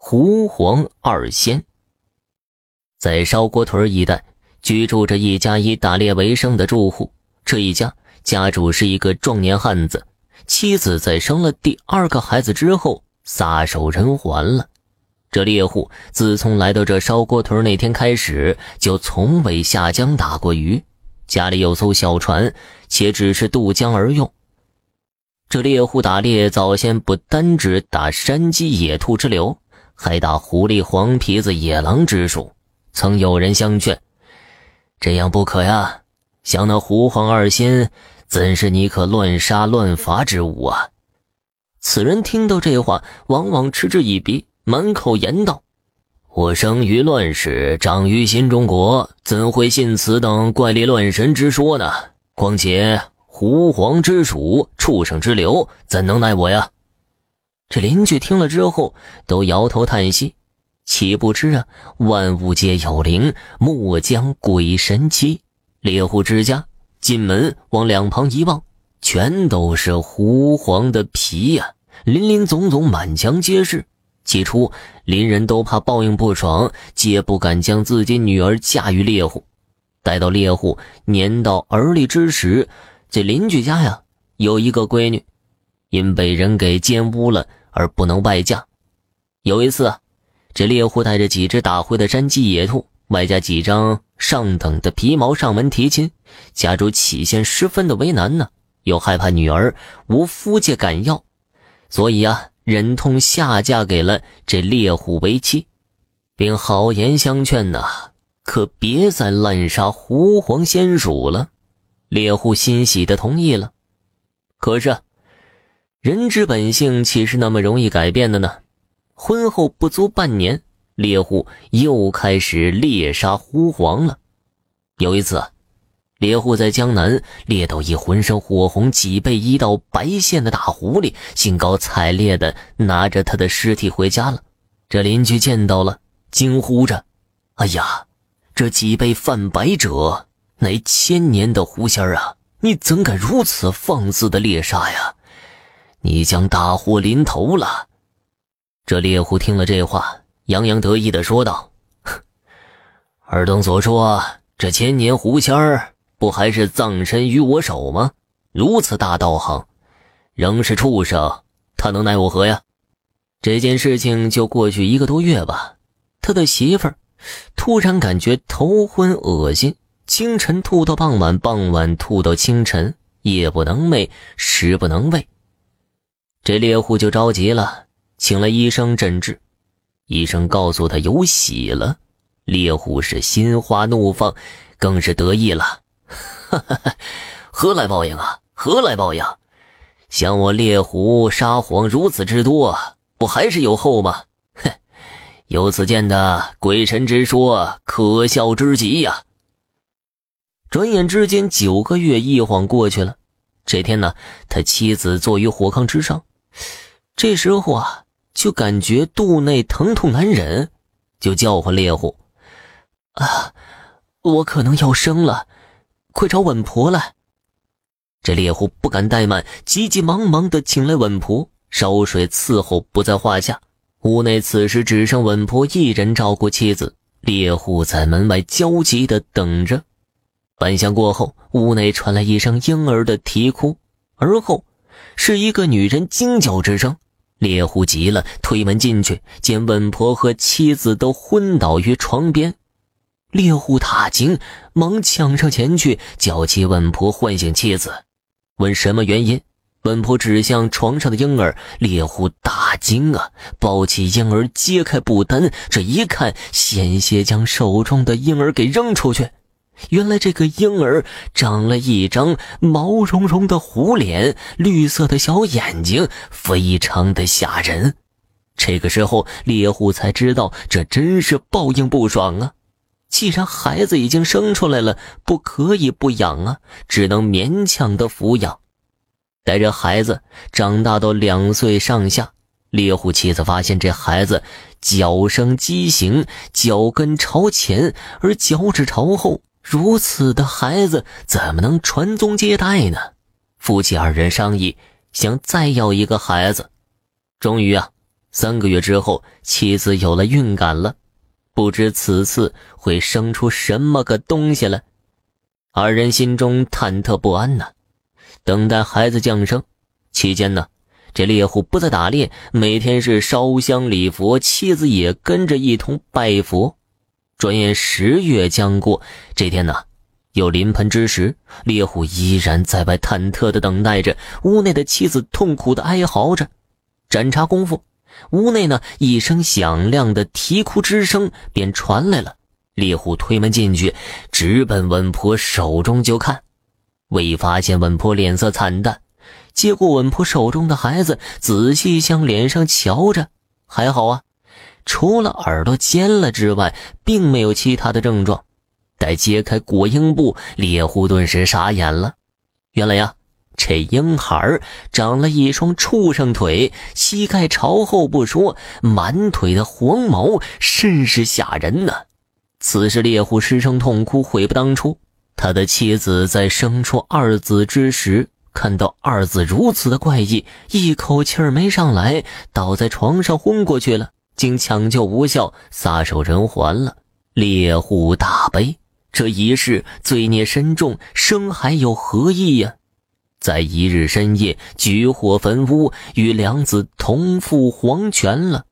狐黄二仙。在烧锅屯一带居住着一家以打猎为生的住户，这一家家主是一个壮年汉子，妻子在生了第2个孩子之后撒手人寰了。这猎户自从来到这烧锅屯那天开始，就从未下江打过鱼，家里有艘小船，且只是渡江而用。这猎户打猎早先不单只打山鸡野兔之流，还打狐狸黄皮子野狼之属。曾有人相劝，这样不可呀，像那狐黄二仙怎是你可乱杀乱伐之物啊。此人听到这话往往嗤之以鼻，满口言道，我生于乱世，长于新中国，怎会信此等怪力乱神之说呢？况且狐黄之属，畜生之流，怎能奈我呀？这邻居听了之后都摇头叹息，岂不知啊，万物皆有灵，莫将鬼神欺。猎户之家进门往两旁一望，全都是狐黄的皮呀，林林总总，满墙皆是。起初邻人都怕报应不爽，皆不敢将自己女儿嫁于猎户。待到猎户年到而立之时，这邻居家呀有一个闺女，因被人给奸污了而不能外嫁。有一次啊，这猎户带着几只打灰的山鸡野兔，外加几张上等的皮毛上门提亲，家主起先十分的为难呢，又害怕女儿无夫家敢要，所以啊忍痛下嫁给了这猎户为妻，并好言相劝呐，可别再滥杀狐黄仙属了。猎户欣喜地同意了。可是人之本性岂是那么容易改变的呢？婚后不足半年，猎户又开始猎杀狐黄了。有一次啊，猎户在江南猎到一浑身火红、脊背一道白线的大狐狸，兴高采烈地拿着他的尸体回家了。这邻居见到了，惊呼着，哎呀，这脊背泛白者乃千年的狐仙啊，你怎敢如此放肆的猎杀呀？你将大祸临头了。这猎户听了这话，洋洋得意地说道，尔等所说，这千年狐仙儿不还是葬身于我手吗？如此大道行，仍是畜生，他能奈我何呀？这件事情就过去1个多月吧，他的媳妇儿突然感觉头昏恶心，清晨吐到傍晚，傍晚吐到清晨，夜不能寐，食不能喂。这猎户就着急了，请了医生诊治。医生告诉他有喜了，猎户是心花怒放，更是得意了。何来报应啊，何来报应？像我猎狐杀黄如此之多，不还是有后吗？哼，由此见得鬼神之说可笑之极呀。转眼之间9个月一晃过去了。这天呢，他妻子坐于火炕之上，这时候啊，就感觉肚内疼痛难忍，就叫唤猎户，啊，我可能要生了，快找稳婆来。这猎户不敢怠慢，急急忙忙地请来稳婆，烧水伺候不在话下。屋内此时只剩稳婆一人照顾妻子，猎户在门外焦急地等着。半晌过后，屋内传来一声婴儿的啼哭，而后是一个女人惊叫之声。猎户急了，推门进去，见稳婆和妻子都昏倒于床边。猎户大惊，忙抢上前去，叫起稳婆唤醒妻子，问什么原因。稳婆指向床上的婴儿，猎户大惊啊，抱起婴儿揭开布单，这一看，险些将手中的婴儿给扔出去。原来这个婴儿长了一张毛茸茸的虎脸，绿色的小眼睛，非常的吓人。这个时候猎户才知道，这真是报应不爽啊。既然孩子已经生出来了，不可以不养啊，只能勉强的抚养。待着孩子长大到2岁上下，猎户妻子发现这孩子脚生畸形，脚跟朝前，而脚趾朝后，如此的孩子怎么能传宗接代呢？夫妻2人商议，想再要一个孩子。终于啊 3个月之后，妻子有了孕感了，不知此次会生出什么个东西来。二人心中忐忑不安呢，等待孩子降生。期间呢，这猎户不再打猎，每天是烧香礼佛，妻子也跟着一同拜佛。转眼10月将过，这天呢，又临盆之时，猎户依然在外忐忑地等待着。屋内的妻子痛苦地哀嚎着。盏茶功夫，屋内呢一声响亮的啼哭之声便传来了。猎户推门进去，直奔稳婆手中就看，未发现稳婆脸色惨淡，接过稳婆手中的孩子，仔细向脸上瞧着，还好啊，除了耳朵尖了之外，并没有其他的症状。待揭开裹婴布，猎户顿时傻眼了。原来呀，这婴孩长了一双畜生腿，膝盖朝后不说，满腿的黄毛，甚是吓人呢。此时猎户失声痛哭，悔不当初。他的妻子在生出二子之时，看到二子如此的怪异，一口气儿没上来，倒在床上昏过去了，经抢救无效，撒手人寰了。猎户大悲，这一世罪孽深重，生还有何意呀？在一日深夜举火焚屋，与两子同赴黄泉了。